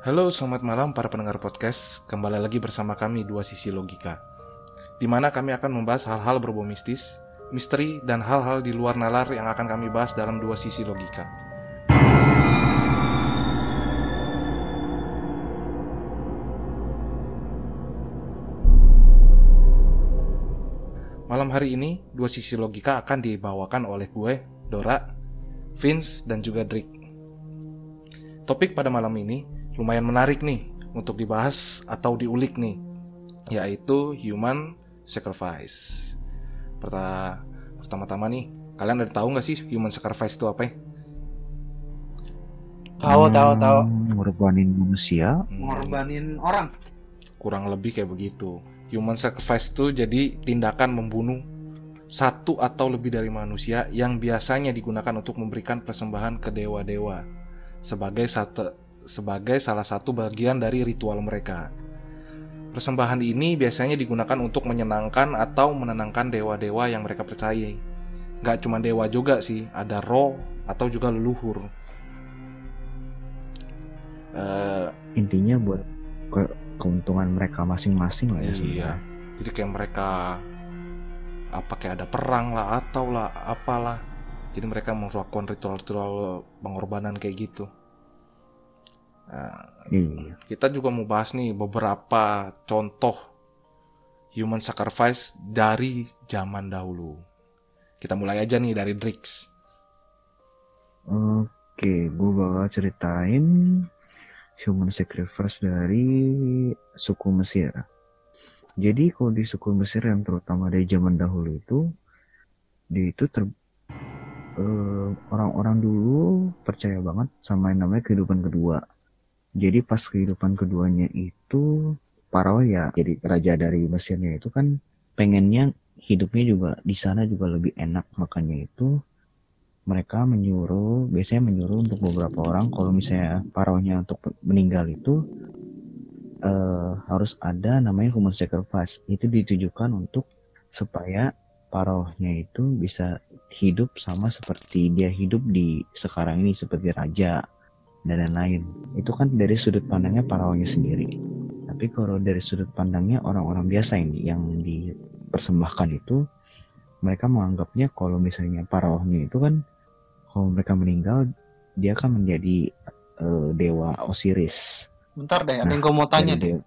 Halo, selamat malam para pendengar podcast. Kembali lagi bersama kami Dua Sisi Logika, di mana kami akan membahas hal-hal berbau mistis, misteri, dan hal-hal di luar nalar yang akan kami bahas dalam Dua Sisi Logika. Malam hari ini, Dua Sisi Logika akan dibawakan oleh gue, Dora, Vince, dan juga Drake. Topik pada malam ini lumayan menarik nih untuk dibahas atau diulik nih, yaitu human sacrifice. Pertama-tama nih, kalian ada tahu nggak sih human sacrifice itu apa ya? Tahu. Ngorbanin manusia. Ngorbanin orang. Kurang lebih kayak begitu. Human sacrifice itu jadi tindakan membunuh satu atau lebih dari manusia yang biasanya digunakan untuk memberikan persembahan ke dewa-dewa sebagai salah satu bagian dari ritual mereka. Persembahan ini biasanya digunakan untuk menyenangkan atau menenangkan dewa-dewa yang mereka percayai. Gak cuma dewa juga sih, ada roh atau juga leluhur. Intinya buat keuntungan mereka masing-masing lah ya. Iya. Jadi kayak mereka kayak ada perang lah atau lah apalah. Jadi mereka melakukan ritual-ritual pengorbanan kayak gitu. Iya. Kita juga mau bahas nih beberapa contoh human sacrifice dari zaman dahulu. Kita mulai aja nih dari Drix. Oke, gue bakal ceritain human sacrifice dari suku Mesir. Jadi kalau di suku Mesir yang terutama dari zaman dahulu itu, dia itu orang-orang dulu percaya banget sama yang namanya kehidupan kedua. Jadi pas kehidupan keduanya itu, Pharaoh ya jadi raja dari Mesirnya itu kan pengennya hidupnya juga di sana juga lebih enak, makanya itu mereka biasanya menyuruh untuk beberapa orang kalau misalnya Pharaohnya untuk meninggal itu harus ada namanya human sacrifice. Itu ditujukan untuk supaya Pharaohnya itu bisa hidup sama seperti dia hidup di sekarang ini seperti raja dan lain-lain. Itu kan dari sudut pandangnya Pharaohnya sendiri. Tapi kalau dari sudut pandangnya orang-orang biasa yang dipersembahkan itu, mereka menganggapnya kalau misalnya Pharaohnya itu kan kalau mereka meninggal dia akan menjadi dewa Osiris. Bentar deh, ada yang gue mau tanya deh.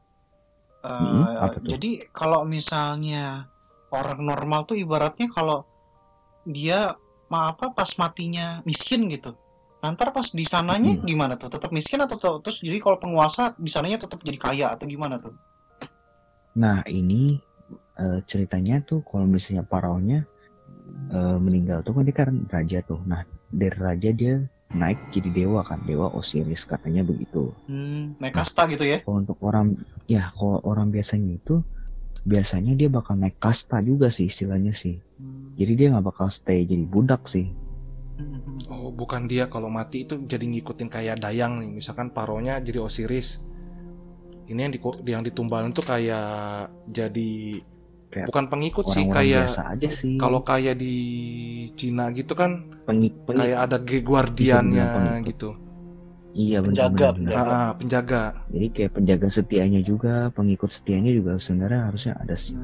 Jadi kalau misalnya orang normal tuh ibaratnya kalau dia pas matinya miskin gitu. Nanti pas di sananya gimana tuh? Tetap miskin atau terus jadi kalau penguasa di sananya tetap jadi kaya atau gimana tuh? Nah ini ceritanya tuh kalau misalnya Pharaohnya meninggal tuh kan dia kan raja tuh. Nah dari raja dia naik jadi dewa kan, dewa Osiris katanya begitu. Naik kasta gitu ya? Kalau untuk kalau orang biasanya itu biasanya dia bakal naik kasta juga sih istilahnya sih. Jadi dia nggak bakal stay jadi budak sih. Oh, bukan dia kalau mati itu jadi ngikutin kayak dayang nih. Misalkan Pharaohnya jadi Osiris. Ini yang ditumbalin tuh kayak jadi kayak bukan pengikut sih, kayak biasa aja sih. Kalau kayak di Cina gitu kan kayak ada guardiannya gitu. Iya, penjaga. Jadi kayak penjaga setianya juga, pengikut setianya juga sebenarnya harusnya ada sih.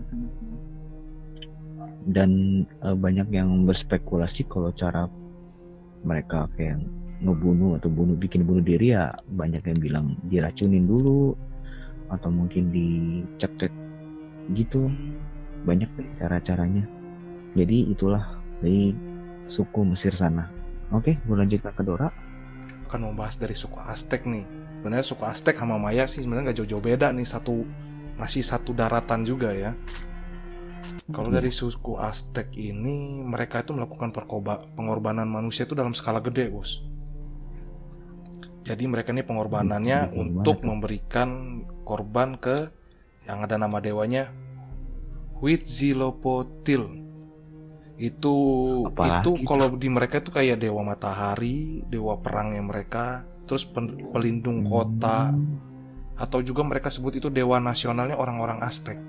Dan banyak yang berspekulasi kalau cara mereka kayak ngebunuh atau bikin bunuh diri ya banyak yang bilang diracunin dulu atau mungkin dicekek gitu. Banyak deh cara-caranya. Jadi itulah dari suku Mesir sana. Oke, gue lanjutkan ke Dora. Akan membahas dari suku Aztec nih. Sebenarnya suku Aztec sama Maya sih sebenarnya gak jauh-jauh beda nih, masih satu daratan juga ya. Kalau dari suku Aztec ini mereka itu melakukan pengorbanan manusia itu dalam skala gede, bos. Jadi mereka ini pengorbanannya untuk memberikan korban ke yang ada nama dewanya Huitzilopochtli. Itu kalau di mereka itu kayak dewa matahari, dewa perangnya mereka, terus pelindung kota, atau juga mereka sebut itu dewa nasionalnya orang-orang Aztec.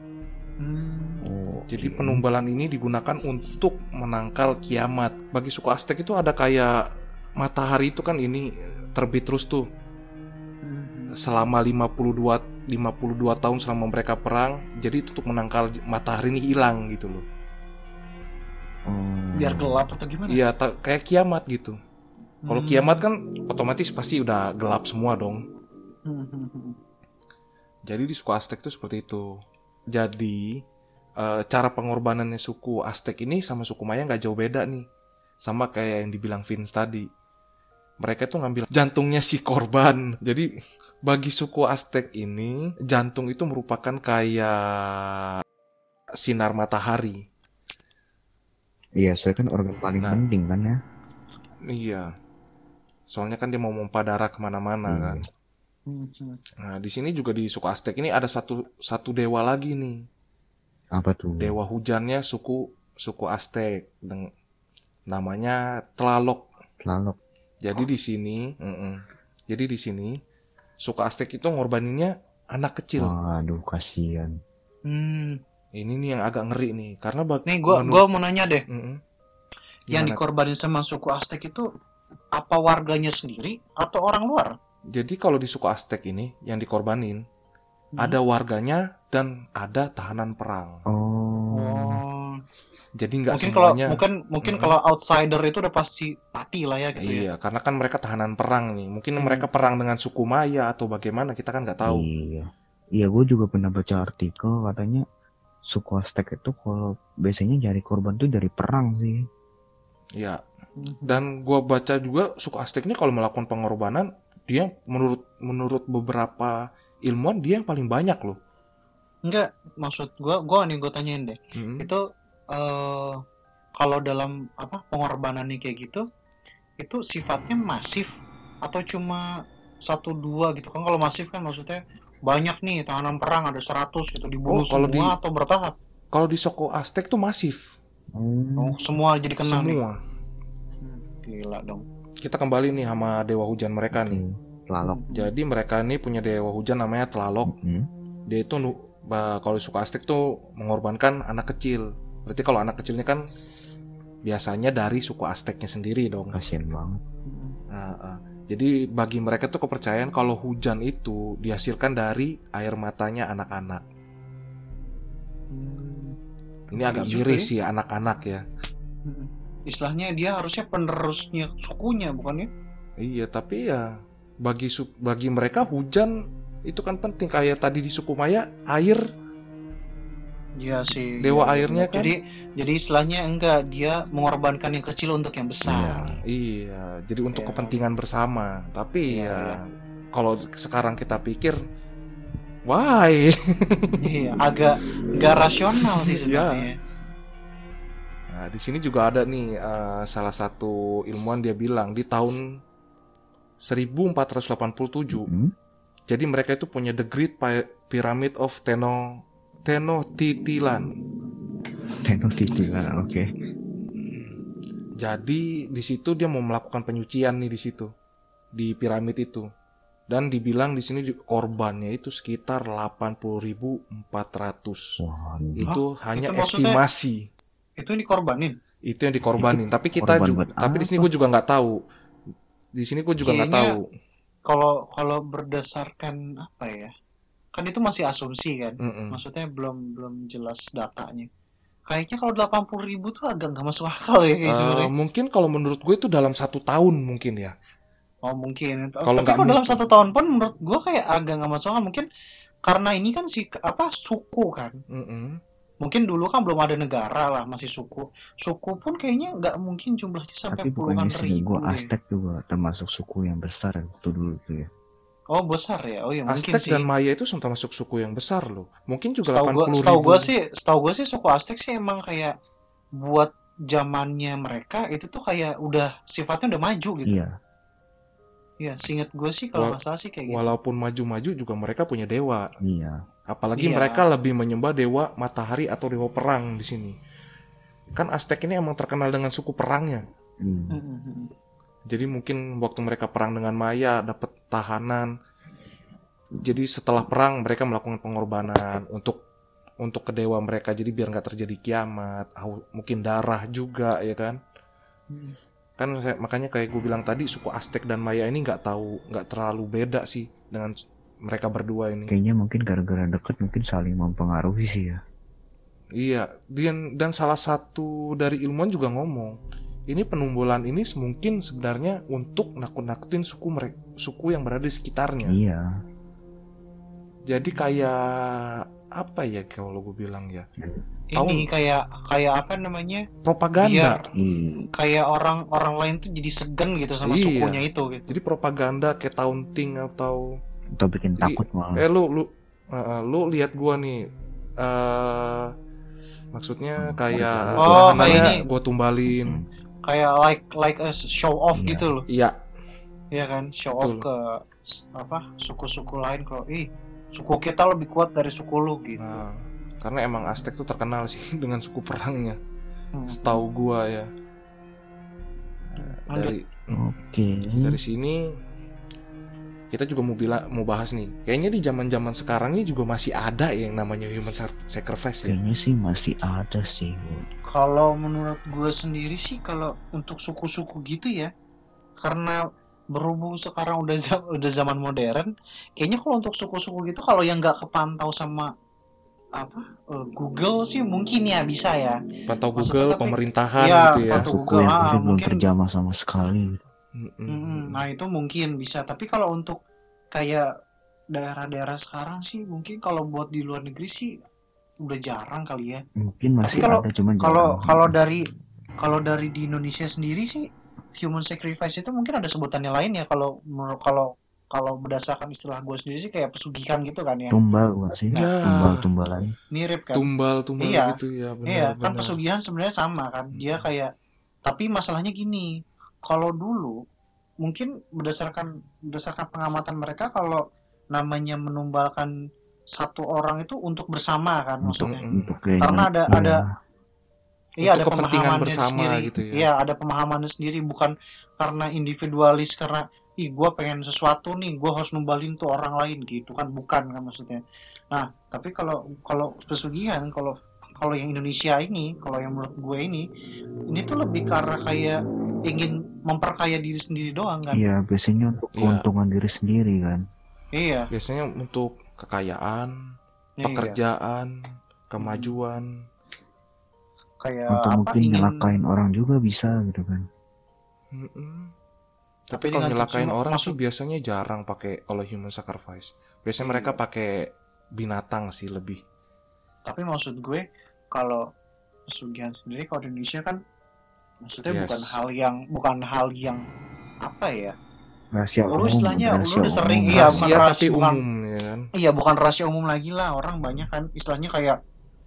Jadi penumbalan ini digunakan untuk menangkal kiamat. Bagi suku Aztec itu ada kayak matahari itu kan ini terbit terus tuh selama 52 tahun selama mereka perang, jadi itu untuk menangkal matahari ini hilang gitu loh. Biar gelap atau gimana? Iya, kayak kiamat gitu. Kalau kiamat kan otomatis pasti udah gelap semua dong. Jadi di suku Aztec itu seperti itu. Jadi cara pengorbanannya suku Aztec ini sama suku Maya nggak jauh beda nih. Sama kayak yang dibilang Vince tadi. Mereka tuh ngambil jantungnya si korban. Jadi bagi suku Aztec ini, jantung itu merupakan kayak sinar matahari. Iya, soalnya kan organ paling penting kan ya. Iya. Soalnya kan dia mau memompa darah kemana-mana kan. Nah di sini juga di suku Aztec ini ada satu dewa lagi nih. Apa tuh? Dewa hujannya suku Aztec. Namanya Tlaloc. Jadi di sini suku Aztec itu ngorbaninnya anak kecil. Waduh, kasihan. Ini nih yang agak ngeri nih, karena nih gua mau nanya deh. Yang dikorbanin sama suku Aztec itu apa warganya sendiri atau orang luar? Jadi kalau di suku Aztec ini yang dikorbanin ada warganya dan ada tahanan perang. Jadi nggak semuanya. Mungkin kalau outsider itu udah pasti mati lah ya gitu. Iya, karena kan mereka tahanan perang nih. Mungkin mereka perang dengan suku Maya atau bagaimana, kita kan nggak tahu. Iya, gue juga pernah baca artikel katanya suku Aztec itu kalau biasanya cari korban tuh dari perang sih. Iya. Dan gue baca juga suku Aztec ini kalau melakukan pengorbanan, dia menurut beberapa ilmuwan dia yang paling banyak loh. Enggak, maksud gue tanyain deh. Itu kalau dalam pengorbanannya kayak gitu, itu sifatnya masif atau cuma 1-2 gitu kan? Kalau masif kan maksudnya banyak nih tahanan perang ada 100 gitu dibunuh semua atau bertahap? Kalau di suku Aztec tuh masif. Semua jadi kena semua. Gila dong. Kita kembali nih sama dewa hujan mereka nih. Tlaloc. Jadi mereka nih punya dewa hujan namanya Tlaloc. Dia itu kalau di suku Aztec tuh mengorbankan anak kecil. Berarti kalau anak kecilnya kan biasanya dari suku Aztecnya sendiri dong. Kasian banget. Jadi bagi mereka tuh kepercayaan kalau hujan itu dihasilkan dari air matanya anak-anak. Ini agak miris sih anak-anak ya. Istilahnya dia harusnya penerusnya sukunya bukannya? Iya, tapi ya bagi mereka hujan itu kan penting. Kayak tadi di suku Maya air. Iya sih. Dewa airnya kan. Jadi istilahnya enggak, dia mengorbankan yang kecil untuk yang besar. Iya. Jadi untuk kepentingan bersama. Tapi kalau sekarang kita pikir, why? Iya, agak nggak rasional sih sebenarnya. Nah, di sini juga ada nih salah satu ilmuwan dia bilang di tahun 1487. Jadi mereka itu punya The Great Pyramid of Tenochtitlan. Oke. Jadi di situ dia mau melakukan penyucian nih di situ, di piramid itu. Dan dibilang di sini korbannya itu sekitar 80.400. Itu hanya estimasi. Itu yang dikorbanin. Itu yang dikorbanin. Tapi di sini gue juga nggak tahu. Di sini gue juga nggak tahu. Kalau berdasarkan apa ya? Kan itu masih asumsi kan. Maksudnya belum jelas datanya. Kayaknya kalau 80.000 tuh agak nggak masuk akal ya sebenarnya. Mungkin kalau menurut gue itu dalam 1 tahun mungkin ya. Oh mungkin. Tapi kalau dalam 1 tahun pun menurut gue kayak agak nggak masuk akal. Mungkin karena ini kan suku kan. Mungkin dulu kan belum ada negara lah, masih suku. Suku pun kayaknya nggak mungkin jumlahnya sampai puluhan ribu. Gue Aztec juga termasuk suku yang besar waktu dulu tuh ya. Oh besar ya, oh iya mungkin Aztec sih. dan Maya itu termasuk suku yang besar loh. Mungkin juga 80.000. Setahu gue sih suku Aztec sih emang kayak buat zamannya mereka itu tuh kayak udah sifatnya udah maju gitu. Iya. Iya, seingat gue sih kalau nggak salah sih kayak gitu. Walaupun maju-maju juga mereka punya dewa. Iya. Apalagi mereka lebih menyembah dewa matahari atau dewa perang di sini. Kan Aztec ini emang terkenal dengan suku perangnya. Jadi mungkin waktu mereka perang dengan Maya dapat tahanan. Jadi setelah perang mereka melakukan pengorbanan untuk ke dewa mereka. Jadi biar nggak terjadi kiamat, mungkin darah juga ya kan. Kan makanya kayak gue bilang tadi suku Aztec dan Maya ini nggak terlalu beda sih dengan mereka berdua ini. Kayaknya mungkin gara-gara deket mungkin saling mempengaruhi sih ya. Iya, dan salah satu dari ilmuwan juga ngomong, ini penumbulan ini mungkin sebenarnya untuk nakut-nakutin suku yang berada di sekitarnya. Iya. Jadi kayak apa ya kalau gue bilang ya? Ini kayak apa namanya? Propaganda. Kayak orang lain tuh jadi segan gitu sama sukunya itu gitu. Jadi propaganda kayak taunting atau bikin takut malah. Lu lihat gua nih. Maksudnya kayak kayak gua tumbalin. Kayak like a show off gitu loh. Iya. Iya kan, show off ke suku-suku lain kalau suku kita lebih kuat dari suku lu gitu. Nah, karena emang Aztec tuh terkenal sih dengan suku perangnya. Setahu gua ya. Dari sini kita juga mau bahas nih. Kayaknya di zaman-zaman sekarang ini juga masih ada ya yang namanya human sacrifice ya. Kayaknya sih masih ada sih. Kalau menurut gue sendiri sih kalau untuk suku-suku gitu ya, karena berhubung sekarang udah zaman modern, kayaknya kalau untuk suku-suku gitu kalau yang nggak kepantau sama Google sih mungkin ya bisa ya. Pantau Google, pemerintahan gitu ya. Suku yang belum terjamah sama sekali. Nah itu mungkin bisa. Tapi kalau untuk kayak daerah-daerah sekarang sih mungkin kalau buat di luar negeri sih udah jarang kali ya. Mungkin masih ada cuman kalau dari di Indonesia sendiri sih human sacrifice itu mungkin ada sebutannya lain ya. Kalau berdasarkan istilah gue sendiri sih kayak pesugihan gitu kan ya. Tumbal gak sih? Tumbal-tumbalan. Mirip kan. Tumbal gitu ya. Iya kan pesugihan sebenarnya sama kan. Dia kayak, tapi masalahnya gini. Kalau dulu mungkin berdasarkan pengamatan mereka kalau namanya menumbalkan satu orang itu untuk bersama kan maksudnya. Karena ada kepentingan bersama sendiri. Gitu ya. Iya, ada pemahamannya sendiri, bukan karena individualis karena gue pengen sesuatu nih, gue harus numbalin tuh orang lain gitu kan, bukan kan maksudnya. Nah, tapi kalau pesugihan, kalau yang Indonesia ini, kalau yang menurut gue ini tuh lebih karena kayak ingin memperkaya diri sendiri doang kan. Iya, biasanya untuk keuntungan diri sendiri kan. Iya. Biasanya untuk kekayaan, pekerjaan, kemajuan. Kayak untuk mungkin nyelakain orang juga bisa gitu kan. Tapi kalau nyelakain orang sih biasanya jarang pakai kalau human sacrifice. Biasanya mereka pakai binatang sih lebih. Tapi maksud gue kalau pesugihan sendiri kalau di Indonesia kan maksudnya bukan hal yang apa ya? Rahasia umum. Istilahnya udah sering bukan rahasia umum ya kan. Iya, bukan rahasia umum lagi lah. Orang banyak kan istilahnya kayak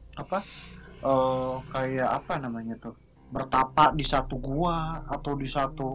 kayak apa namanya tuh? Bertapa di satu gua atau di satu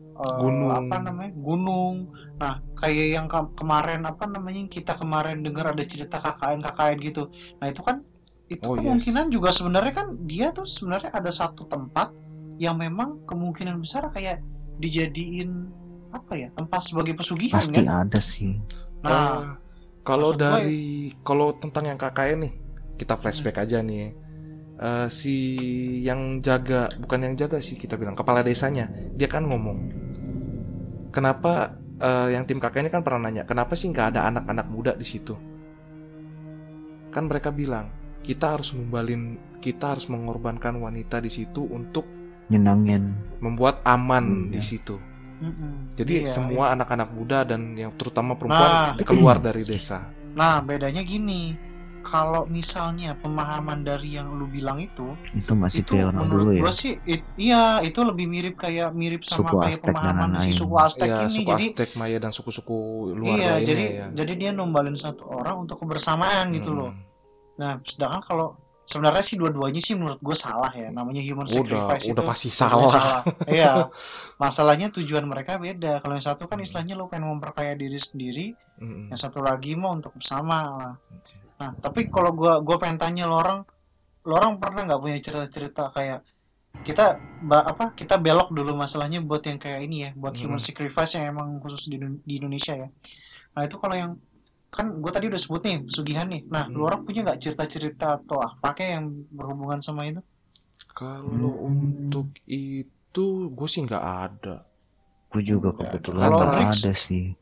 gunung. Nah, kayak yang kemarin kita kemarin dengar ada cerita KKN gitu. Nah, itu kan kemungkinan juga sebenarnya kan dia tuh sebenarnya ada satu tempat yang memang kemungkinan besar kayak dijadiin tempat sebagai pesugihan. Pasti kan? Ada sih. Nah, kalau tentang yang KKN nih, kita flashback aja nih. Si yang jaga, bukan yang jaga sih kita bilang, kepala desanya, dia kan ngomong, kenapa yang tim KKN ini kan pernah nanya, kenapa sih nggak ada anak-anak muda di situ? Kan mereka bilang, kita harus mengorbankan wanita di situ untuk nyenangin, membuat aman di situ. Jadi semua anak-anak muda dan yang terutama perempuan keluar dari desa. Nah, bedanya gini. Kalau misalnya pemahaman dari yang lu bilang itu masih teori dulu ya. Menurut gue sih itu lebih mirip sama suku kayak Aztec pemahaman si suku Aztec ini. Suku Aztec, Maya dan suku-suku luar lainnya. Jadi dia numbalin satu orang untuk kebersamaan gitu loh. Nah, sedangkan kalau sebenarnya sih dua-duanya sih menurut gue salah ya. Namanya human sacrifice udah pasti salah. Iya. Masalahnya tujuan mereka beda. Kalau yang satu kan istilahnya lu pengen memperkaya diri sendiri, yang satu lagi mau untuk bersama. Nah, tapi kalau gue pengen tanya lo orang pernah nggak punya cerita-cerita kayak kita belok dulu masalahnya buat yang kayak ini ya, buat human sacrifice yang emang khusus di Indonesia ya. Nah itu kalau yang kan gue tadi udah sebut nih pesugihan nih. Nah, lo orang punya nggak cerita-cerita atau pakai yang berhubungan sama itu? Kalau untuk itu gue sih nggak ada. Gue juga kebetulan nggak ada sih.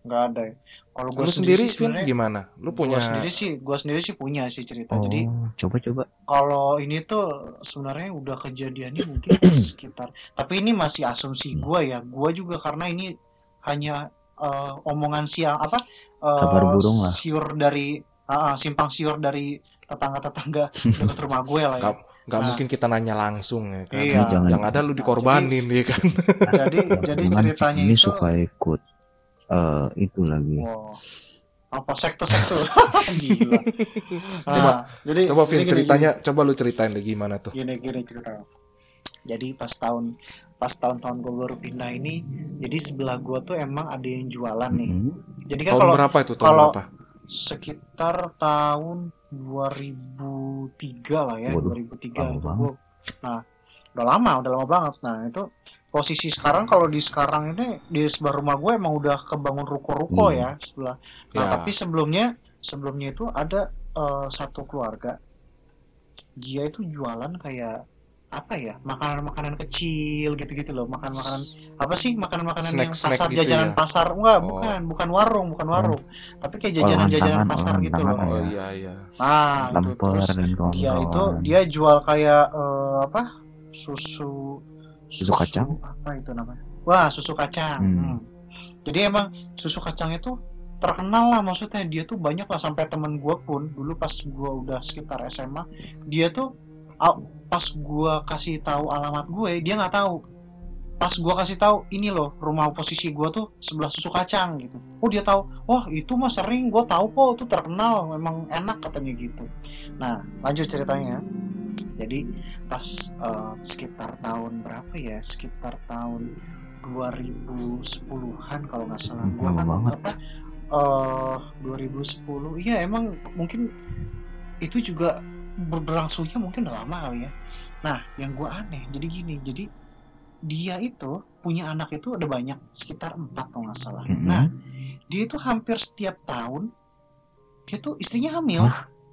nggak ada ya. Kalau gue Lu sendiri, sih Vin, sebenarnya, gimana? Lu punya gue sendiri sih punya sih cerita. Jadi Coba. kalau ini tuh sebenarnya udah kejadiannya mungkin sekitar, tapi ini masih asumsi gue ya. Gue juga karena ini hanya omongan siang Kabar burung lah. siur dari simpang siur dari tetangga dekat rumah gue lah ya. Gak mungkin kita nanya langsung ya kan. Iya. Yang ada lu dikorbanin ya kan. Jadi ceritanya ini itu suka ikut itu lagi. wow, apa sekte gila. Coba Vin gini, ceritanya, coba lu ceritain deh gimana tuh. Gini cerita. Jadi pas tahun gue baru pindah ini, jadi sebelah gue tuh emang ada yang jualan nih. Jadi kan tahun berapa itu? Tahun berapa? Sekitar tahun 2003 lah ya. Waduh, 2003 itu gue. Nah, udah lama banget. Nah, itu posisi sekarang kalau di sekarang ini di sebelah rumah gue emang udah kebangun ruko-ruko ya sebelah. Nah, tapi sebelumnya itu ada satu keluarga. Dia itu jualan kayak apa ya, makanan kecil gitu loh, makanan apa sih, makanan yang pasar gitu jajanan ya? Pasar enggak, bukan warung, tapi kayak jajanan pasar gitu loh. Oh iya. Nah, itu terus dia jual kayak susu kacang, apa itu namanya? Wah, susu kacang. Jadi emang susu kacang itu terkenal lah, maksudnya dia tuh banyak lah, sampai temen gue pun dulu pas gue udah sekitar SMA, dia tuh pas gue kasih tahu alamat gue, dia nggak tahu. Pas gue kasih tahu ini loh rumah posisi gue tuh sebelah susu kacang gitu, oh dia tahu, wah itu mah sering, gue tahu kok, itu terkenal, memang enak katanya gitu. Nah lanjut ceritanya. Jadi pas sekitar tahun berapa ya, sekitar tahun 2010-an kalau nggak salah. Gue kan 2010, iya emang mungkin itu juga berlangsungnya mungkin udah lama kali ya. Nah yang gue aneh jadi gini, jadi dia itu punya anak itu ada banyak, sekitar 4 kalau nggak salah. Nah dia itu hampir setiap tahun dia tuh istrinya hamil.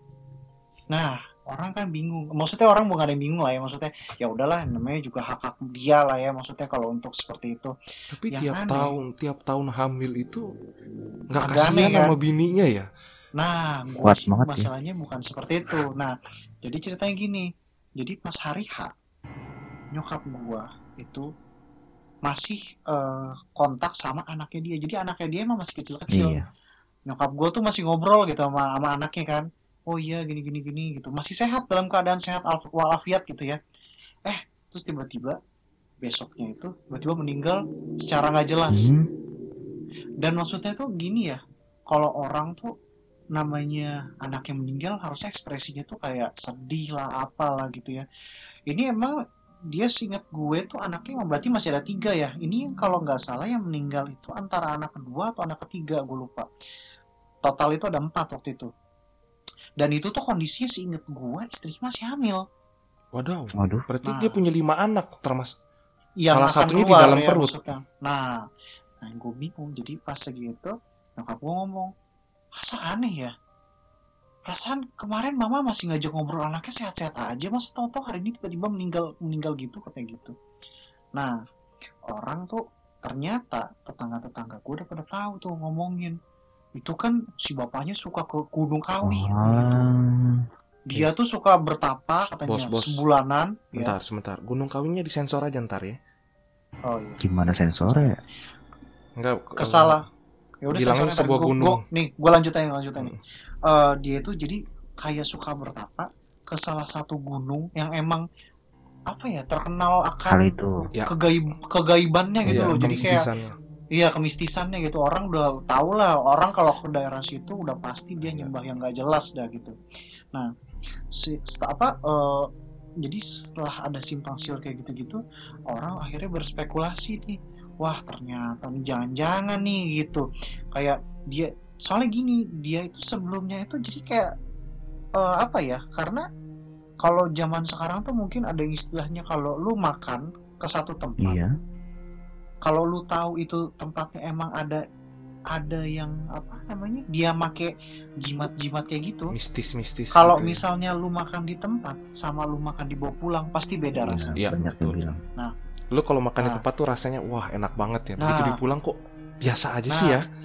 Nah orang kan bingung, maksudnya orang bukan ada yang bingung lah ya, maksudnya ya udahlah, namanya juga hak dia lah ya, maksudnya kalau untuk seperti itu. Tapi yang tiap tahun hamil itu nggak kasihan sama bininya ya. Nah masalahnya bukan seperti itu. Nah jadi ceritanya gini, jadi pas hari H nyokap gua itu masih kontak sama anaknya dia. Jadi anaknya dia emang masih kecil-kecil. Nyokap gua tuh masih ngobrol gitu sama anaknya kan. Oh iya gini gitu, masih sehat, dalam keadaan sehat walafiat gitu ya. Terus tiba-tiba besoknya itu tiba-tiba meninggal secara nggak jelas. Dan maksudnya tuh gini ya, kalau orang tuh namanya anak yang meninggal harusnya ekspresinya tuh kayak sedih lah, apalah gitu ya. Ini emang dia seingat gue tuh anaknya berarti masih ada 3 ya. Ini kalau nggak salah yang meninggal itu antara anak kedua atau anak ketiga, gue lupa. Total itu ada 4 waktu itu. Dan itu tuh kondisinya seingat gue istrinya masih hamil. Waduh. Berarti dia punya 5 anak, termasuk salah satunya keluar, di dalam ya, perut. Nah gue bingung. Jadi pas segitu nyokap gue ngomong, masa aneh ya, perasaan kemarin mama masih ngajak ngobrol anaknya sehat-sehat aja, masa tahu-tahu hari ini tiba-tiba meninggal gitu, katanya gitu. Nah orang tuh ternyata tetangga gue udah pada tahu tuh ngomongin, itu kan si bapaknya suka ke Gunung Kawi gitu. Dia tuh suka bertapa katanya sebulanan. Sebentar. Gunung Kawinya disensor aja ntar ya. Oh iya. Gimana sensornya? Enggak kesalah. Ya udah, bilangnya sebuah gunung. Gue lanjutin. Dia itu jadi kayak suka bertapa ke salah satu gunung yang emang apa ya, terkenal akan kegaibannya gitu loh. Jadi kayak kemistisannya gitu. Orang udah tahu lah, orang kalau ke daerah situ udah pasti dia nyembah yang nggak jelas dah gitu. Nah jadi setelah ada simpang siur kayak gitu-gitu, orang akhirnya berspekulasi nih, wah ternyata jangan-jangan nih gitu. Kayak dia, soalnya gini, dia itu sebelumnya itu jadi kayak karena kalau zaman sekarang tuh mungkin ada istilahnya, kalau lu makan ke satu tempat, kalau lu tahu itu tempatnya emang ada yang dia make jimat kayak gitu, mistis kalau gitu misalnya lu makan di tempat sama lu makan dibawa pulang pasti beda rasanya. Iya betul. Nah lu kalau makan di tempat tuh rasanya wah enak banget ya, begitu dipulang kok biasa aja sih ya.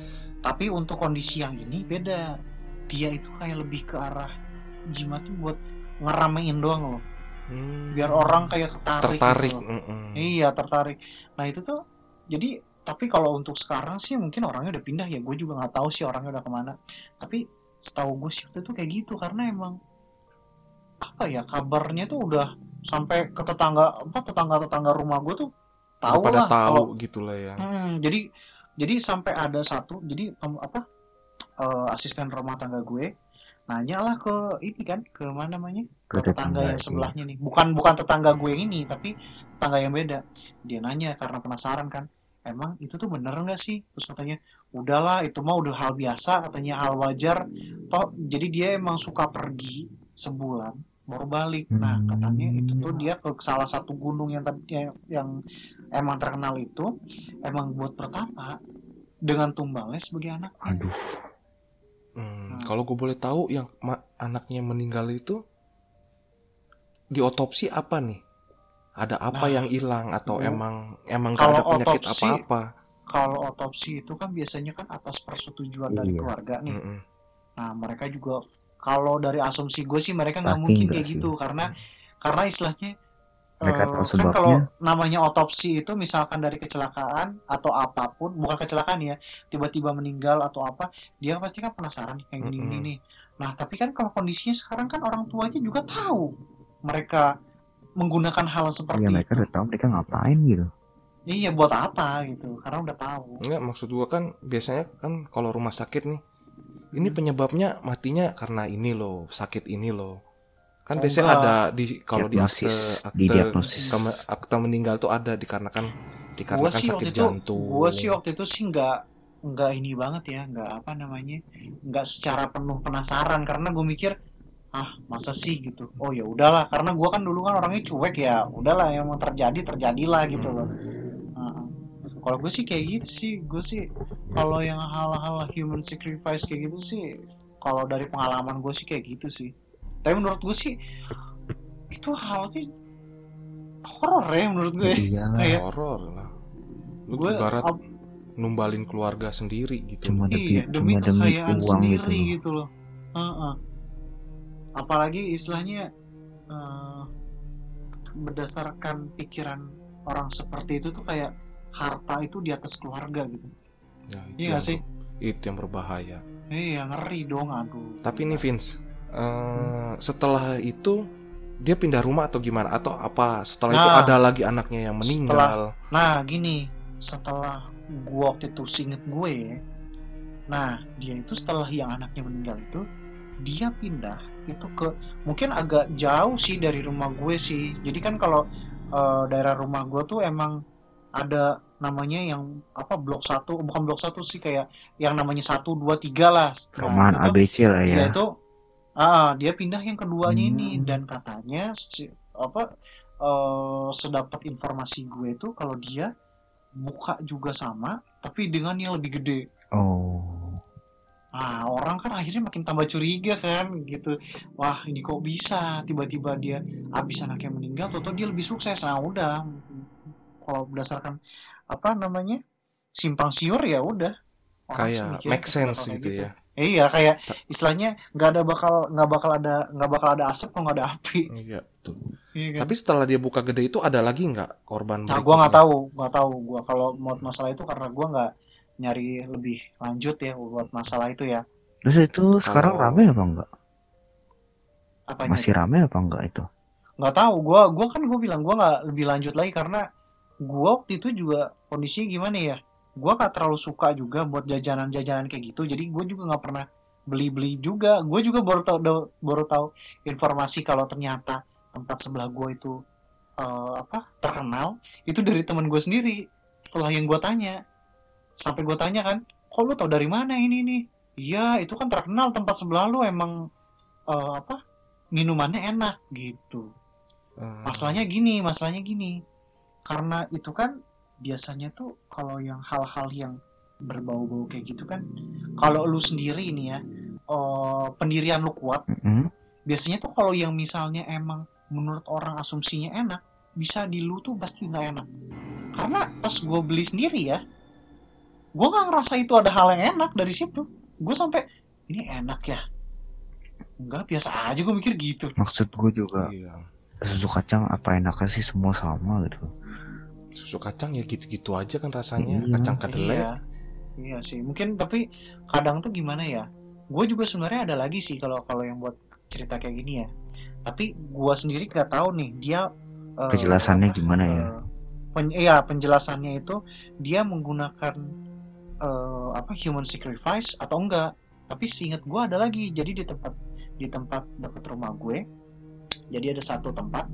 Tapi untuk kondisi yang ini beda. Dia itu kayak lebih ke arah jimat tuh buat ngeramein doang loh. Biar orang kayak tertarik. gitu loh. Iya, tertarik. Nah itu tuh jadi, tapi kalau untuk sekarang sih mungkin orangnya udah pindah ya. Gue juga nggak tahu sih orangnya udah kemana. Tapi setahu gue sih waktu itu kayak gitu, karena emang apa ya, kabarnya tuh udah sampai ke tetangga rumah gue tuh Udah tahu pada lah kalau tahu gitu lah ya. jadi sampai ada satu, jadi asisten rumah tangga gue nanya lah ke ini kan, ke mana namanya, ke tetangga yang sebelahnya nih, bukan tetangga gue yang ini, tapi tetangga yang beda. Dia nanya karena penasaran kan, emang itu tuh bener nggak sih? Terus katanya udahlah, itu mah udah hal biasa, katanya hal wajar toh. Jadi dia emang suka pergi sebulan baru balik. Nah katanya itu tuh dia ke salah satu gunung yang emang terkenal itu, emang buat pertapa dengan tumbalnya sebagai anak. Aduh. Kalau gue boleh tahu, yang anaknya meninggal itu diotopsi apa nih? Ada apa yang hilang atau emang gak ada penyakit apa-apa? Kalau otopsi itu kan biasanya kan atas persetujuan dari keluarga nih. Nah mereka juga, kalau dari asumsi gue sih mereka nggak mungkin kayak gitu, karena istilahnya kan kalau namanya otopsi itu misalkan dari kecelakaan atau apapun, bukan kecelakaan ya, tiba-tiba meninggal atau apa, dia pasti kan penasaran kayak gini nih. Nah tapi kan kalau kondisinya sekarang kan orang tuanya juga tahu mereka menggunakan hal seperti itu. Mereka udah tahu mereka ngapain gitu. Iya, buat apa gitu, karena udah tahu. Enggak, maksud gua kan biasanya kan kalau rumah sakit nih, ini penyebabnya matinya karena ini loh, sakit ini loh. Kan biasanya ada kalau di akte meninggal tuh ada dikarenakan sakit jantung. Gua sih waktu itu sih nggak ini banget ya, nggak secara penuh penasaran, karena gue mikir masa sih gitu. Oh ya udahlah, karena gue kan dulu kan orangnya cuek ya, udahlah yang mau terjadilah gitu loh. Kalau gue sih kayak gitu sih, gue sih kalau yang hal-hal human sacrifice kayak gitu sih, kalau dari pengalaman gue sih kayak gitu sih. Tapi menurut gue sih itu halnya horor ya menurut gue. Kayak horor lah. Lu ibarat numbalin keluarga sendiri gitu. Demi kekayaan sendiri gitu loh. Apalagi istilahnya berdasarkan pikiran orang seperti itu tuh kayak harta itu di atas keluarga gitu. Iya gak sih? Itu yang berbahaya. Iya, ngeri dong, aduh. Tapi ini Vince, setelah itu dia pindah rumah atau gimana? Atau apa setelah itu ada lagi anaknya yang meninggal? Setelah gua waktu itu seinget gue ya, nah dia itu setelah yang anaknya meninggal itu, dia pindah itu ke, mungkin agak jauh sih dari rumah gue sih. Jadi kan kalau daerah rumah gue tuh emang ada namanya yang blok 1, bukan blok 1 sih, kayak yang namanya 1, 2, 3 lah. Perumahan ABC lah ya. Dia itu dia pindah yang keduanya ini, dan katanya sedapat informasi gue itu kalau dia buka juga sama, tapi dengan yang lebih gede. Orang kan akhirnya makin tambah curiga kan gitu. Wah, ini kok bisa tiba-tiba dia habis anaknya meninggal, atau dia lebih sukses. Nah udah, kalau berdasarkan simpang siur ya udah. Kayak make sense gitu ya. Iya, kayak istilahnya nggak bakal ada asap kalau nggak ada api. Iya betul. Iya, kan? Tapi setelah dia buka gede itu ada lagi nggak korban? Nah, gue nggak tahu gue kalau buat masalah itu, karena gue nggak nyari lebih lanjut ya buat masalah itu ya. Terus itu sekarang rame apa enggak? Masih rame apa enggak itu? Nggak tahu, gue bilang gue nggak lebih lanjut lagi, karena gue waktu itu juga kondisinya gimana ya, gue gak terlalu suka juga buat jajanan-jajanan kayak gitu, jadi gue juga nggak pernah beli juga. Gue juga baru tahu informasi kalau ternyata tempat sebelah gue itu terkenal itu dari teman gue sendiri. Setelah yang gue tanya, sampai gue tanya kan, kok lu tau dari mana ini nih? Iya, itu kan terkenal tempat sebelah lu, emang minumannya enak gitu. Masalahnya gini, karena itu kan biasanya tuh kalau yang hal-hal yang berbau-bau kayak gitu kan, kalau lu sendiri ini ya, pendirian lu kuat, biasanya tuh kalau yang misalnya emang menurut orang asumsinya enak, bisa di lu tuh pasti nggak enak. Karena pas gue beli sendiri ya, gue nggak ngerasa itu ada hal yang enak dari situ. Gue sampai ini enak ya, enggak, biasa aja, gue mikir gitu. Maksud gue juga Iya. susu kacang apa enaknya sih, semua sama gitu. Susu kacang ya gitu-gitu aja kan rasanya. Iya. Kacang kedelai. Iya sih, mungkin. Tapi kadang tuh gimana ya, gue juga sebenarnya ada lagi sih kalau yang buat cerita kayak gini ya. Tapi gue sendiri nggak tahu nih dia Kejelasannya gimana ya? Penjelasannya itu dia menggunakan human sacrifice atau enggak. Tapi seingat gue ada lagi. Jadi di tempat dekat rumah gue, jadi ada satu tempat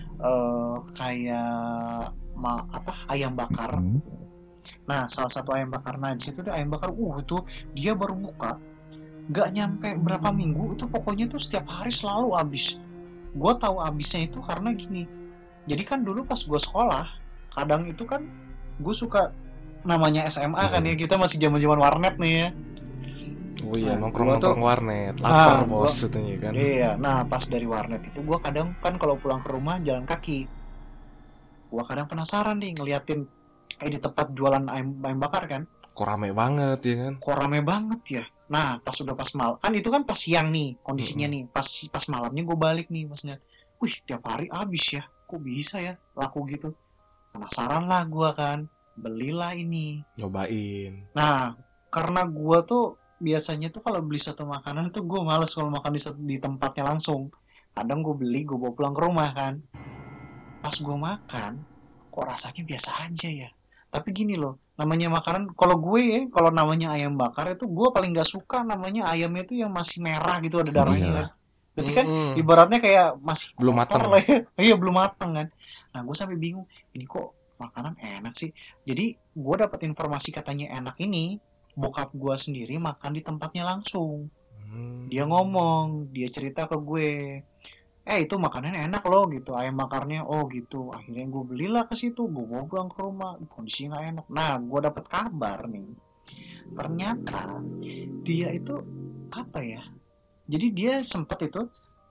kayak ayam bakar. Nah, salah satu ayam bakar, nah di situ ada ayam bakar. Itu dia baru buka, nggak nyampe berapa minggu itu pokoknya tuh setiap hari selalu habis. Gue tahu habisnya itu karena gini. Jadi kan dulu pas gue sekolah, kadang itu kan gue suka, namanya SMA kan ya, kita masih zaman warnet nih ya. Oh iya, Nah, nongkrong warnet, lapar bos itunya kan. Iya, nah pas dari warnet itu gue kadang kan kalau pulang ke rumah jalan kaki, gue kadang penasaran nih ngeliatin di tempat jualan ayam bakar kan. Kok rame banget ya kan? Kok rame banget ya. Nah pas malam kan, itu kan pas siang nih kondisinya nih, pas malamnya gue balik nih, maksudnya, wih tiap hari habis ya, kok bisa ya laku gitu. Penasaran lah gue kan, belilah ini, nyobain. Nah karena gue tuh biasanya tuh kalau beli satu makanan tuh gue males kalau makan di tempatnya langsung. Kadang gue beli, gue bawa pulang ke rumah kan. Pas gue makan, kok rasanya biasa aja ya. Tapi gini loh, namanya makanan, kalau gue, kalau namanya ayam bakar itu gue paling gak suka namanya ayamnya itu yang masih merah gitu, ada darahnya kan. Berarti kan ibaratnya kayak masih belum matang lah ya. Iya, belum matang kan. Nah gue sampai bingung, ini kok makanan enak sih. Jadi gue dapat informasi katanya enak ini, bokap gue sendiri makan di tempatnya langsung. Dia ngomong, dia cerita ke gue, itu makanannya enak loh gitu, ayam bakarnya. Oh gitu, akhirnya gue belilah ke situ, gue bawa pulang ke rumah, kondisinya nggak enak. Nah gue dapat kabar nih, ternyata dia itu apa ya, jadi dia sempat itu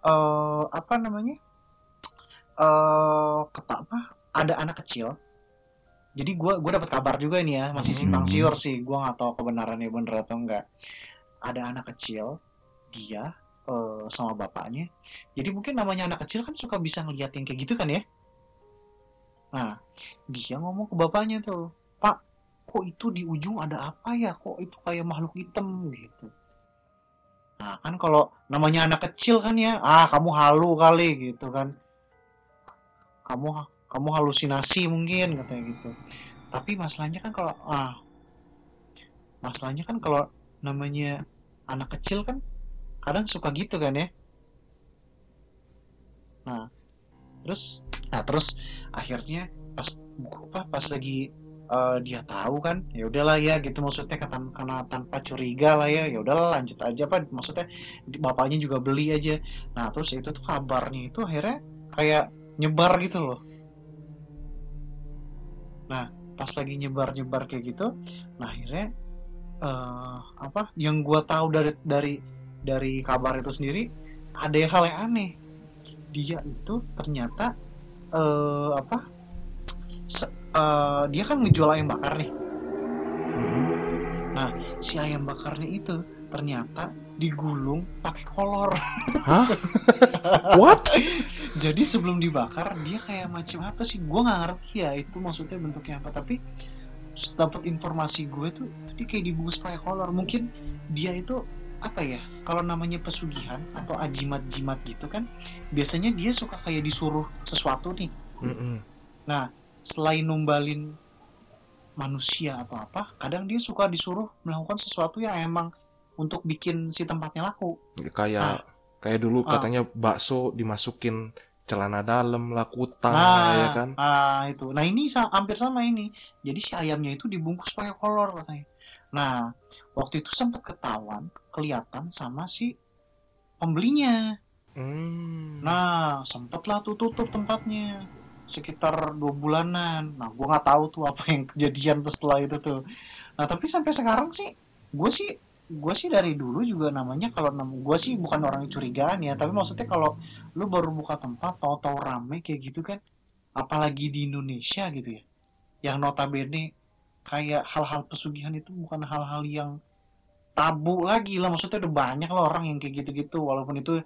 ada anak kecil. Jadi gue dapat kabar juga nih ya, masih simpang siur sih, gue nggak tahu kebenarannya bener atau enggak. Ada anak kecil, dia sama bapaknya. Jadi mungkin namanya anak kecil kan suka bisa ngeliat yang kayak gitu kan ya. Nah dia ngomong ke bapaknya tuh, Pak, kok itu di ujung ada apa ya, kok itu kayak makhluk hitam gitu. Nah kan kalau namanya anak kecil kan ya, kamu halu kali gitu kan, kamu halusinasi mungkin katanya gitu. Tapi masalahnya kan kalau namanya anak kecil kan kadang suka gitu kan ya. Nah terus akhirnya pas lagi dia tahu kan, ya udahlah ya gitu, maksudnya karena tanpa curiga lah ya udahlah lanjut aja, maksudnya bapaknya juga beli aja. Nah terus itu tuh kabarnya itu akhirnya kayak nyebar gitu loh. Nah pas lagi nyebar kayak gitu, nah akhirnya yang gue tahu dari kabar itu sendiri, ada hal yang aneh. Dia itu ternyata dia kan ngejual ayam bakar nih. Nah si ayam bakarnya itu ternyata digulung pakai kolor. Hah? What? Jadi sebelum dibakar dia kayak macam apa sih, gue nggak ngerti ya itu maksudnya bentuknya apa. Tapi dapat informasi gue tuh dia kayak dibungkus pakai kolor. Mungkin dia itu apa ya, kalau namanya pesugihan atau ajimat-jimat gitu kan, biasanya dia suka kayak disuruh sesuatu nih. Nah selain numbalin manusia atau apa, kadang dia suka disuruh melakukan sesuatu yang emang untuk bikin si tempatnya laku. Kayak dulu katanya bakso dimasukin celana dalam lah, kutang ya kan. Itu. Nah ini hampir sama ini. Jadi si ayamnya itu dibungkus pakai kolor katanya. Nah waktu itu sempat kelihatan sama si pembelinya. Nah sempatlah tuh tutup tempatnya sekitar 2 bulanan. Nah gue nggak tahu tuh apa yang kejadian setelah itu tuh. Nah tapi sampai sekarang sih gue sih dari dulu juga namanya, kalau gue sih bukan orang yang curigaan ya, tapi maksudnya kalau lu baru buka tempat tahu-tahu rame kayak gitu kan, apalagi di Indonesia gitu ya, yang notabene kayak hal-hal pesugihan itu bukan hal-hal yang tabu lagi lah, maksudnya udah banyak lah orang yang kayak gitu-gitu, walaupun itu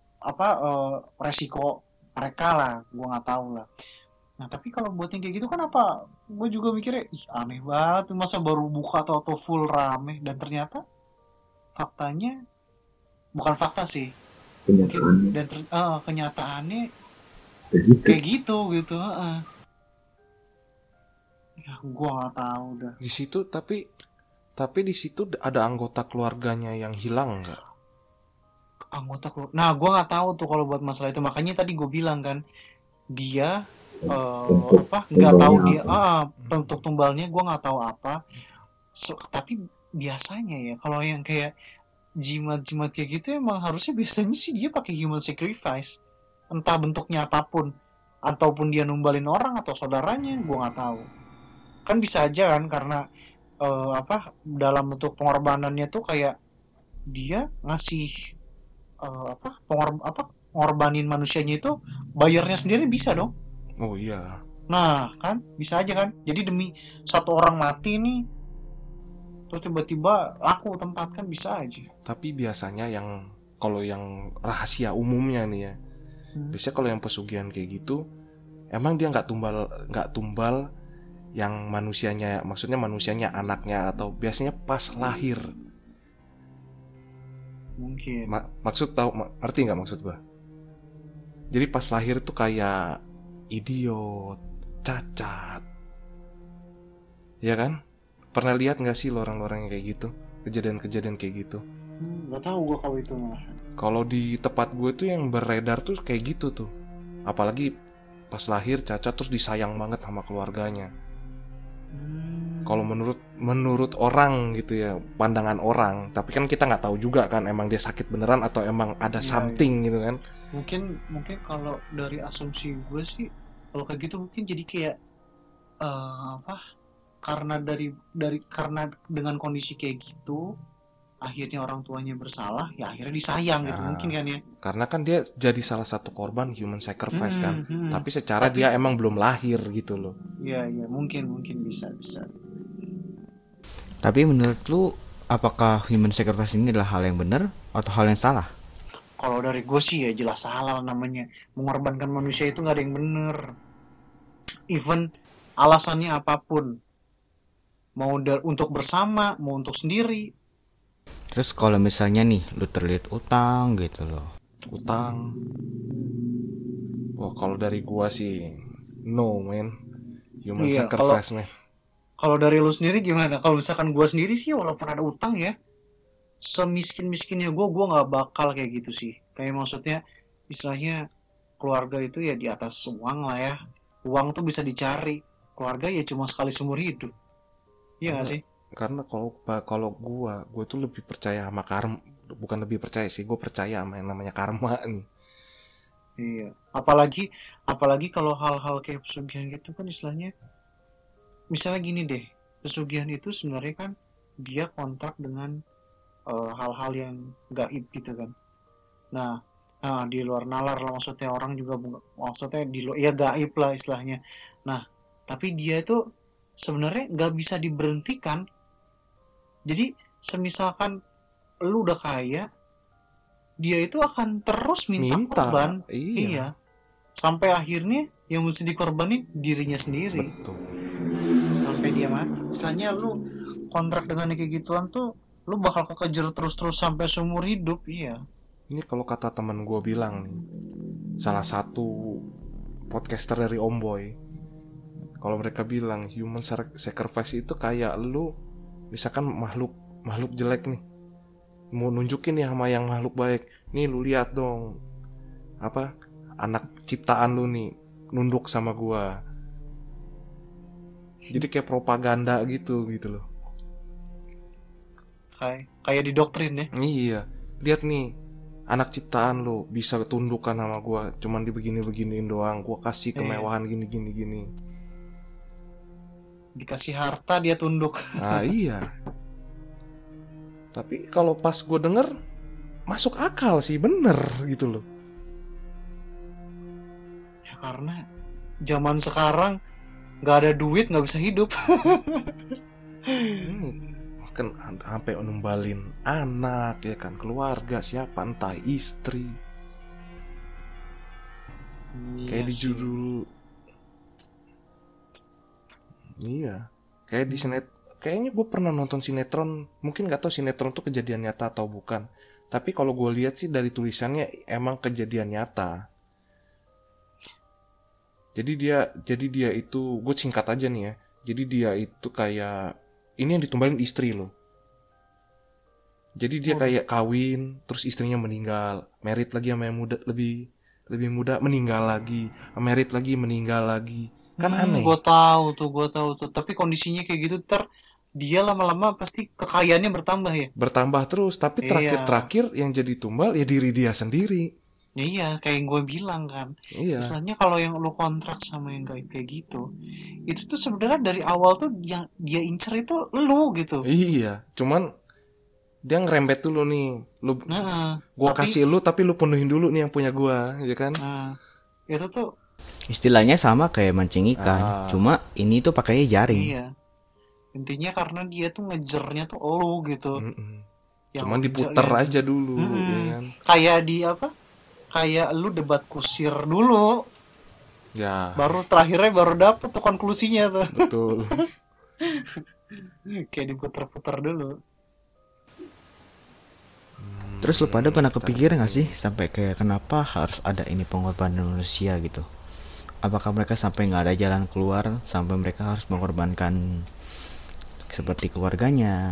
resiko mereka lah, gue nggak tahu lah. Nah tapi kalau buat yang kayak gitu kan apa, gue juga mikirnya ih aneh banget, masa baru buka atau full rame, dan ternyata faktanya bukan fakta sih, mungkin Kenyataannya dan kenyataannya begitu. kayak gitu. Ya gue nggak tahu dah. Di situ tapi di situ ada anggota keluarganya yang hilang nggak? Nah gue nggak tahu tuh kalau buat masalah itu, makanya tadi gue bilang kan dia Untuk nggak tahu tumbalnya dia apa? untuk tumbalnya gue nggak tahu apa. Tapi biasanya ya kalau yang kayak jimat-jimat kayak gitu emang harusnya biasanya sih dia pakai human sacrifice, entah bentuknya apapun, ataupun dia numbalin orang atau saudaranya, gue nggak tahu. Kan bisa aja kan karena dalam bentuk pengorbanannya tuh kayak dia ngasih ngorbanin manusianya itu, bayarnya sendiri bisa dong. Oh iya. Nah kan bisa aja kan, jadi demi satu orang mati nih terus tiba-tiba laku tempat, kan bisa aja. Tapi biasanya kalau yang rahasia umumnya nih ya, biasanya kalau yang pesugihan kayak gitu, emang dia nggak tumbal yang manusianya, maksudnya manusianya anaknya, atau biasanya pas lahir. Mungkin. Maksud tahu arti nggak maksud gua? Jadi pas lahir tuh kayak idiot, cacat, ya kan? Pernah lihat nggak sih lo orang-orang yang kayak gitu, kejadian-kejadian kayak gitu? Nggak tahu gue kalau itu mah. Kalau di tempat gue tuh yang beredar tuh kayak gitu tuh. Apalagi pas lahir cacat terus disayang banget sama keluarganya. Kalau menurut orang gitu ya, pandangan orang. Tapi kan kita nggak tahu juga kan, emang dia sakit beneran atau emang ada something gitu kan. Mungkin kalau dari asumsi gue sih, kalau kayak gitu mungkin jadi kayak karena karena dengan kondisi kayak gitu akhirnya orang tuanya bersalah, ya akhirnya disayang gitu mungkin kan ya. Karena kan dia jadi salah satu korban human sacrifice kan. Tapi secara dia emang belum lahir gitu loh. Iya mungkin bisa. Tapi menurut lu, apakah human sacrifice ini adalah hal yang benar atau hal yang salah? Kalau dari gue sih ya jelas salah namanya. Mengorbankan manusia itu nggak ada yang bener. Even alasannya apapun, mau untuk bersama, mau untuk sendiri. Terus kalau misalnya nih lu terlilit utang gitu loh. Utang. Wah kalau dari gua sih no man, human sacrifice man. Kalau dari lu sendiri gimana? Kalau misalkan gue sendiri sih walaupun ada utang ya, semiskin-miskinnya gue nggak bakal kayak gitu sih. Kayak maksudnya istilahnya keluarga itu ya di atas uang lah ya. Uang tuh bisa dicari, keluarga ya cuma sekali seumur hidup. Iya nggak sih? Karena kalau gue tuh lebih percaya sama karma, bukan lebih percaya sih, gue percaya sama yang namanya karma nih. Iya. Apalagi kalau hal-hal kayak pesugihan gitu kan istilahnya, misalnya gini deh, pesugihan itu sebenarnya kan dia kontrak dengan hal-hal yang gaib gitu kan. Nah di luar nalar lah, maksudnya orang juga maksudnya ya gaib lah istilahnya. Nah tapi dia itu sebenarnya nggak bisa diberhentikan. Jadi semisalkan lu udah kaya, dia itu akan terus minta korban. Iya. Sampai akhirnya yang mesti dikorbanin dirinya sendiri. Betul. Sampai dia mati. Misalnya lu kontrak dengan kayak gituan tuh, lu bakal kekejar terus sampai seumur hidup. Iya. Ini kalau kata teman gue bilang nih, salah satu podcaster dari Omboy, kalau mereka bilang human sacrifice itu kayak lu misalkan makhluk jelek nih, mau nunjukin ya sama yang makhluk baik, nih lu lihat dong, anak ciptaan lu nih nunduk sama gua. Jadi kayak propaganda gitu loh. Kayak didoktrin ya. Iya, lihat nih, anak ciptaan lu bisa tundukkan sama gua, cuman dibeginiin doang, gua kasih kemewahan gini. Dikasih harta dia tunduk. Nah iya. Tapi kalau pas gue denger masuk akal sih, bener gitu loh. Ya karena zaman sekarang nggak ada duit nggak bisa hidup. Kan sampai numbalin anak ya kan, keluarga siapa, entah istri. Kayak di judul. Iya. Kayak di kayaknya gue pernah nonton sinetron, mungkin nggak tahu sinetron tuh kejadian nyata atau bukan. Tapi kalau gue lihat sih dari tulisannya emang kejadian nyata. Jadi dia itu, gue singkat aja nih ya. Jadi dia itu kayak, ini yang ditumbalin istri loh. Jadi dia kayak kawin, terus istrinya meninggal, merit lagi sama yang muda, lebih muda, meninggal lagi, merit lagi, meninggal lagi. Kan aneh. Gue tahu tuh. Tapi kondisinya kayak gitu, dia lama-lama pasti kekayaannya bertambah ya. Bertambah terus, tapi terakhir yang jadi tumbal ya diri dia sendiri. Iya, kayak yang gue bilang kan. Iya. Istilahnya kalau yang lu kontrak sama yang kayak gitu, itu tuh sebenarnya dari awal tuh yang dia incer itu lu gitu. Iya, cuman dia ngerembet dulu nih. Gua kasih lu tapi lu penuhin dulu nih yang punya gua, ya kan? Itu tuh istilahnya sama kayak mancing ikan, cuma ini tuh pakainya jaring. Iya. Intinya karena dia tuh ngejernya tuh lu gitu. Cuman diputer aja dulu, ya kan? Kayak di apa? Kayak lu debat kusir dulu. Ya. Baru terakhirnya baru dapet tuh konklusinya tuh. Betul. Kayak diputer-puter dulu. Terus lu pada pernah kepikiran gak sih sampai kayak kenapa harus ada ini pengorbanan manusia gitu? Apakah mereka sampai nggak ada jalan keluar sampai mereka harus mengorbankan seperti keluarganya?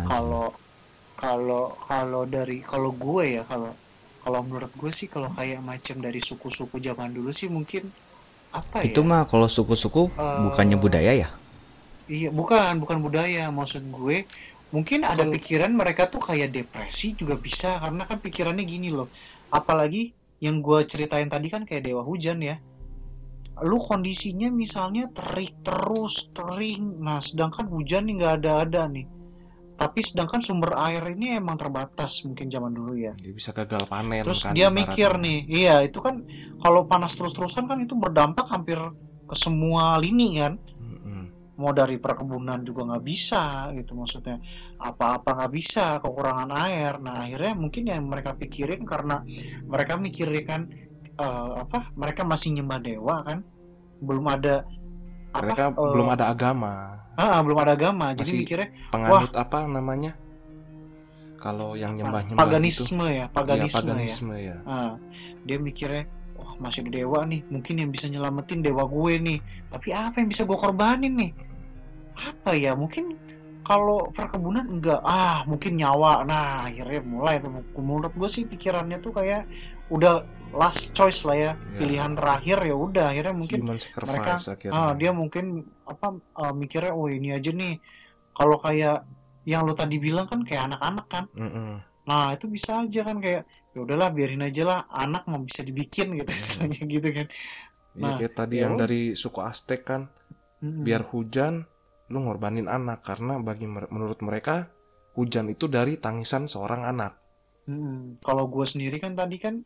Kalau gue ya kalau menurut gue sih kalau kayak macam dari suku-suku zaman dulu sih mungkin apa itu ya? mah kalau suku-suku bukannya budaya ya? Iya, bukan budaya. Maksud gue mungkin ada pikiran mereka tuh kayak depresi juga bisa, karena kan pikirannya gini loh. Apalagi yang gue ceritain tadi kan kayak Dewa Hujan ya. Lu kondisinya misalnya terik terus, kering. Nah, sedangkan hujan nih nggak ada nih. Tapi sedangkan sumber air ini emang terbatas mungkin zaman dulu ya. Dia bisa gagal panen. Terus kan, dia mikir nih, iya itu kan kalau panas terus-terusan kan itu berdampak hampir ke semua lini kan. Mau dari perkebunan juga nggak bisa gitu, maksudnya apa-apa nggak bisa, kekurangan air. Nah akhirnya mungkin yang mereka pikirin karena mereka mikirnya kan mereka masih nyembah dewa kan, belum ada mereka belum ada agama. Belum ada agama, jadi mikirnya penganut apa namanya? Kalau yang nyembah-nyembah paganisme gitu. Ya, paganisme ya. Dia mikirnya, wah masih ada dewa nih, mungkin yang bisa nyelamatin dewa gue nih. Tapi apa yang bisa gue korbanin nih? Apa ya? Mungkin kalau perkebunan enggak, mungkin nyawa. Nah akhirnya mulai tuh, menurut gue sih pikirannya tuh kayak udah last choice lah ya, pilihan terakhir ya udah. Akhirnya mungkin mereka dia mungkin mikirnya, oh ini aja nih. Kalau kayak yang lo tadi bilang kan kayak anak-anak kan. Nah itu bisa aja kan kayak ya udahlah biarin aja lah, anak mau bisa dibikin gitu istilahnya gitu kan. Nah kayak tadi yang dari suku Aztec kan, biar hujan lu ngorbanin anak karena menurut mereka hujan itu dari tangisan seorang anak. Kalau gue sendiri kan tadi kan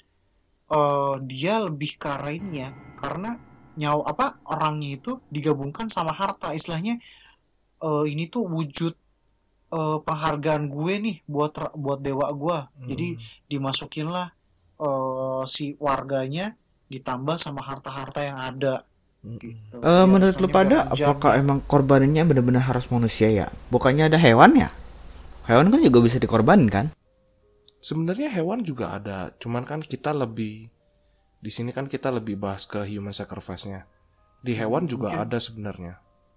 dia lebih ke arah ini ya, karena nyawa orangnya itu digabungkan sama harta, istilahnya ini tuh wujud penghargaan gue nih buat dewa gue. Jadi dimasukinlah si warganya ditambah sama harta-harta yang ada gitu. Menurut lu pada apakah emang korbanannya benar-benar harus manusia ya? Bukannya ada hewan ya? Hewan kan juga bisa dikorbanin kan? Sebenarnya hewan juga ada, cuman kan kita lebih di sini kan kita lebih bahas ke human sacrifice-nya. Di hewan juga ada sebenarnya.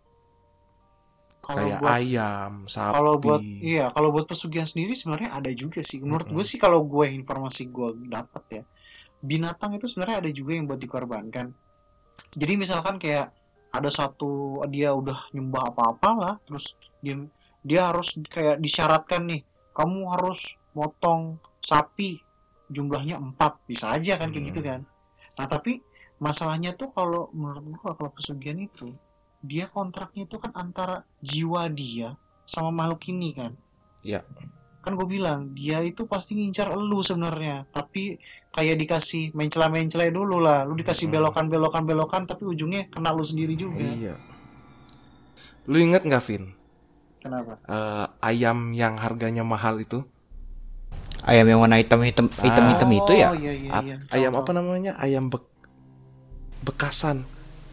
Kayak ayam, sapi. Kalau buat pesugihan sendiri sebenarnya ada juga sih. Menurut gue sih, kalau gue informasi gue dapat ya, binatang itu sebenarnya ada juga yang buat dikorbankan. Jadi misalkan kayak ada satu dia udah nyembah apa-apa lah, terus dia harus kayak disyaratkan nih, kamu harus motong sapi jumlahnya 4, bisa aja kan kayak gitu kan. Nah tapi masalahnya tuh kalau menurut gue kalau pesugihan itu dia kontraknya itu kan antara jiwa dia sama makhluk ini kan. Iya. Kan gue bilang dia itu pasti ngincar elu sebenarnya, tapi kayak dikasih mencela dulu lah, lu dikasih belokan tapi ujungnya kena lu sendiri juga. Iya. Lu inget nggak Vin? Kenapa? Ayam yang harganya mahal itu. Ayam yang warna hitam-hitam itu ya? Iya. Ayam Tahu, apa namanya? Ayam bekasan.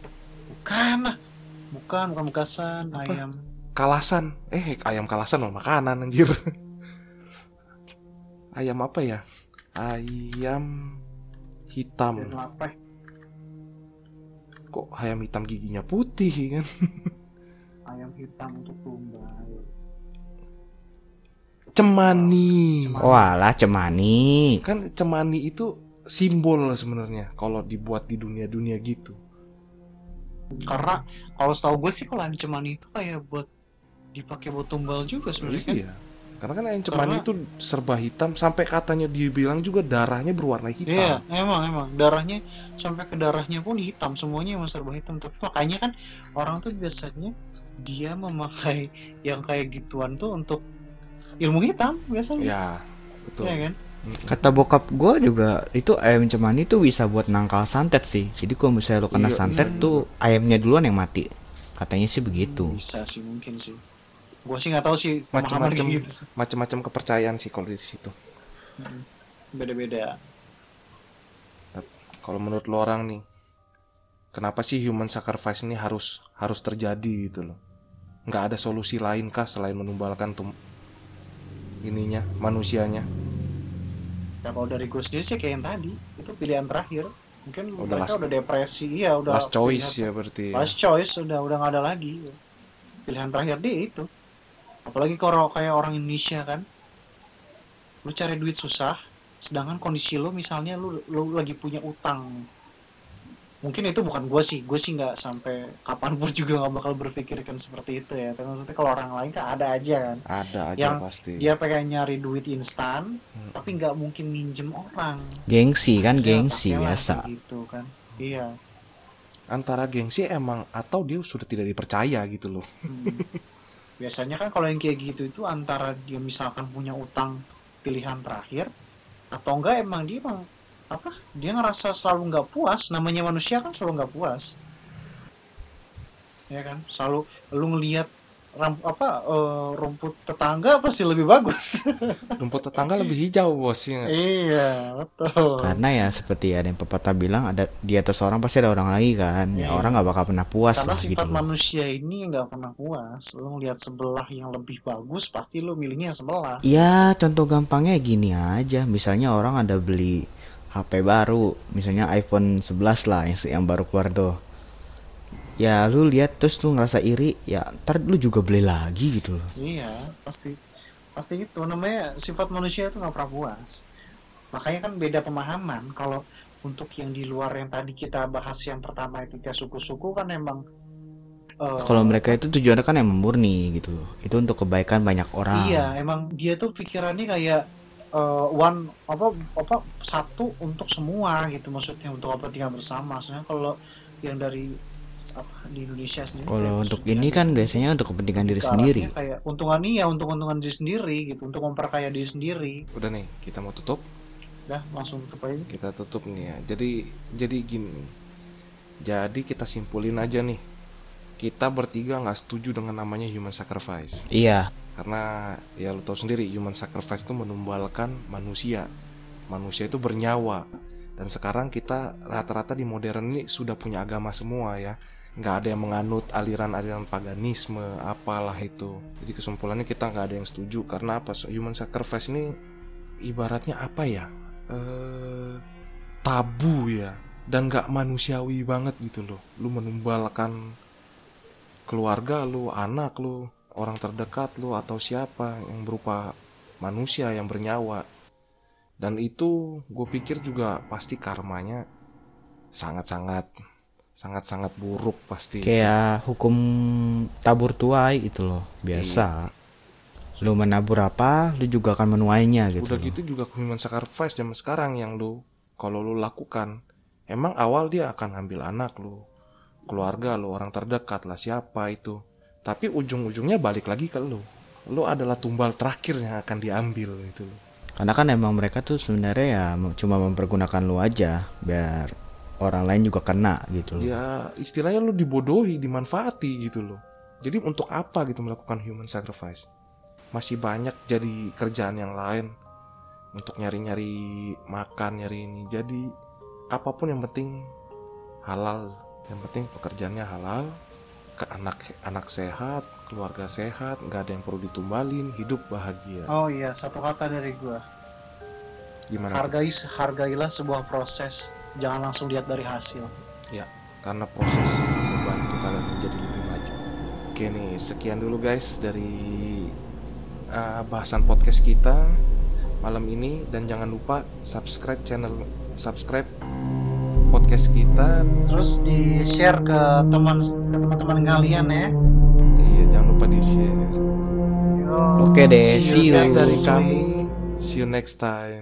bukan bekasan. Apa? Ayam Kalasan. Ayam kalasan mah makanan anjir. Ayam apa ya? Ayam hitam. dan lapeh. Kok ayam hitam giginya putih kan? Ayam hitam untuk tumbal. Cemani. Walah, cemani. Kan cemani itu simbol sebenarnya kalau dibuat di dunia-dunia gitu. Karena kalau setahu gue sih kalau ayam cemani itu kayak buat dipakai buat tumbal juga sebenarnya kan. Iya. Karena kan ayam cemani Karena- itu serba hitam sampai katanya dibilang juga darahnya berwarna Iya, hitam. emang darahnya sampai ke darahnya pun hitam, semuanya emang serba hitam. Tapi makanya kan orang tuh biasanya dia memakai yang kayak gituan tuh untuk ilmu hitam biasanya. Ya, betul. Iya kan? Kata bokap gue juga itu ayam cemani tuh bisa buat nangkal santet sih. Jadi kalau misalnya lo kena Iya, santet iya. tuh ayamnya duluan yang mati. Katanya sih begitu. Bisa sih mungkin sih. Gua sih nggak tahu sih pemahaman Macam-macam kayak gitu sih. macam-macam kepercayaan sih kalau di situ. Beda-beda. Kalau menurut lo orang nih, kenapa sih human sacrifice ini harus terjadi gitu loh? Nggak ada solusi lain kah selain menumbalkan ininya manusianya? Ya kalau dari gue sendiri sih kayak yang tadi, itu pilihan terakhir. Mungkin Udah mereka last- udah depresi, iya udah Last choice pilihan- ya berarti. Ya. Last choice udah nggak ada lagi. Pilihan terakhir dia itu. Apalagi kalau kayak orang Indonesia kan, lu cari duit susah, sedangkan kondisi lu misalnya lu lagi punya utang. Mungkin itu bukan gue sih nggak sampai kapanpun juga nggak bakal berpikirkan seperti itu ya. Tapi maksudnya kalau orang lain kan ada aja kan. Ada aja Yang pasti. Dia pengen nyari duit instan, tapi nggak mungkin minjem orang. Gengsi kan, Ya, gengsi pakailah biasa. kayak gitu kan. Iya. Antara gengsi emang atau dia sudah tidak dipercaya gitu loh. Biasanya kan kalau yang kayak gitu itu antara dia misalkan punya utang pilihan terakhir, atau enggak emang dia ngerasa selalu nggak puas. Namanya manusia kan selalu nggak puas, ya kan? Selalu lu ngelihat rumput tetangga pasti lebih bagus. Rumput tetangga lebih hijau bos ya. Iya, betul. Karena ya seperti ada yang pepatah bilang, ada di atas orang pasti ada orang lagi kan. Ya Iya. orang nggak bakal pernah puas Karena lah gitu sifat loh. manusia ini nggak pernah puas. Lu ngelihat sebelah yang lebih bagus, pasti lu milihnya yang sebelah. Ya contoh gampangnya gini aja. Misalnya orang ada beli HP baru, misalnya iPhone 11 lah yang baru keluar tuh. Ya lu lihat terus lu ngerasa iri, ya ntar lu juga beli lagi gitu loh. Iya, pasti itu namanya sifat manusia itu nggak pernah puas. Makanya kan beda pemahaman. Kalau untuk yang di luar yang tadi kita bahas yang pertama itu kayak suku-suku kan emang Kalau mereka itu tujuannya kan emang murni gitu loh. Itu untuk kebaikan banyak orang. iya, emang dia tuh pikirannya kayak satu untuk semua gitu, maksudnya untuk kepentingan bersama. Soalnya kalau yang dari di Indonesia sendiri Kalau kayak untuk pesugihan ini kan itu biasanya untuk kepentingan diri ke sendiri. arahnya kayak untung-untungan diri sendiri gitu, untuk memperkaya diri sendiri. Udah nih, kita mau tutup. Udah langsung tutup aja. Kita tutup nih ya. Jadi gini. Jadi kita simpulin aja nih. Kita bertiga nggak setuju dengan namanya human sacrifice. Iya. Karena ya lo tau sendiri, human sacrifice itu menumbalkan manusia. Manusia itu bernyawa. Dan sekarang kita rata-rata di modern ini sudah punya agama semua ya. Nggak ada yang menganut aliran-aliran paganisme, apalah itu. Jadi kesimpulannya kita nggak ada yang setuju. Karena apa? Human sacrifice ini ibaratnya apa ya? Tabu ya. Dan nggak manusiawi banget gitu loh. Lu menumbalkan keluarga lu, anak lu, orang terdekat lu, atau siapa yang berupa manusia yang bernyawa. Dan itu gue pikir juga pasti karmanya sangat-sangat buruk pasti. Kayak hukum tabur tuai gitu loh. Biasa. Lu menabur apa, lu juga akan menuainya gitu. Udah loh. gitu juga human sacrifice zaman sekarang yang kalau lu lakukan, emang awal dia akan ambil anak lu, keluarga lu, orang terdekat lah, siapa itu. Tapi ujung-ujungnya balik lagi ke lu. Lu adalah tumbal terakhir yang akan diambil gitu loh. Karena kan emang mereka tuh sebenarnya ya cuma mempergunakan lu aja biar orang lain juga kena gitu loh. Ya istilahnya lu dibodohi, dimanfaati gitu loh. Jadi untuk apa gitu melakukan human sacrifice? Masih banyak jadi kerjaan yang lain untuk nyari-nyari makan, nyari ini. Jadi apapun yang penting halal, yang penting pekerjaannya halal, ke anak sehat, keluarga sehat, nggak ada yang perlu ditumbalin, hidup bahagia. Oh iya, satu kata dari gua. Gimana tuh? Hargailah sebuah proses, jangan langsung lihat dari hasil. Ya, karena proses membantu kalian menjadi lebih maju. Oke nih, sekian dulu guys dari bahasan podcast kita malam ini, dan jangan lupa subscribe podcast kita, Terus di-share ke teman-teman kalian ya. iya jangan lupa di-share. Yo, Oke deh, see you see you. next Dari week. kami, see you next time.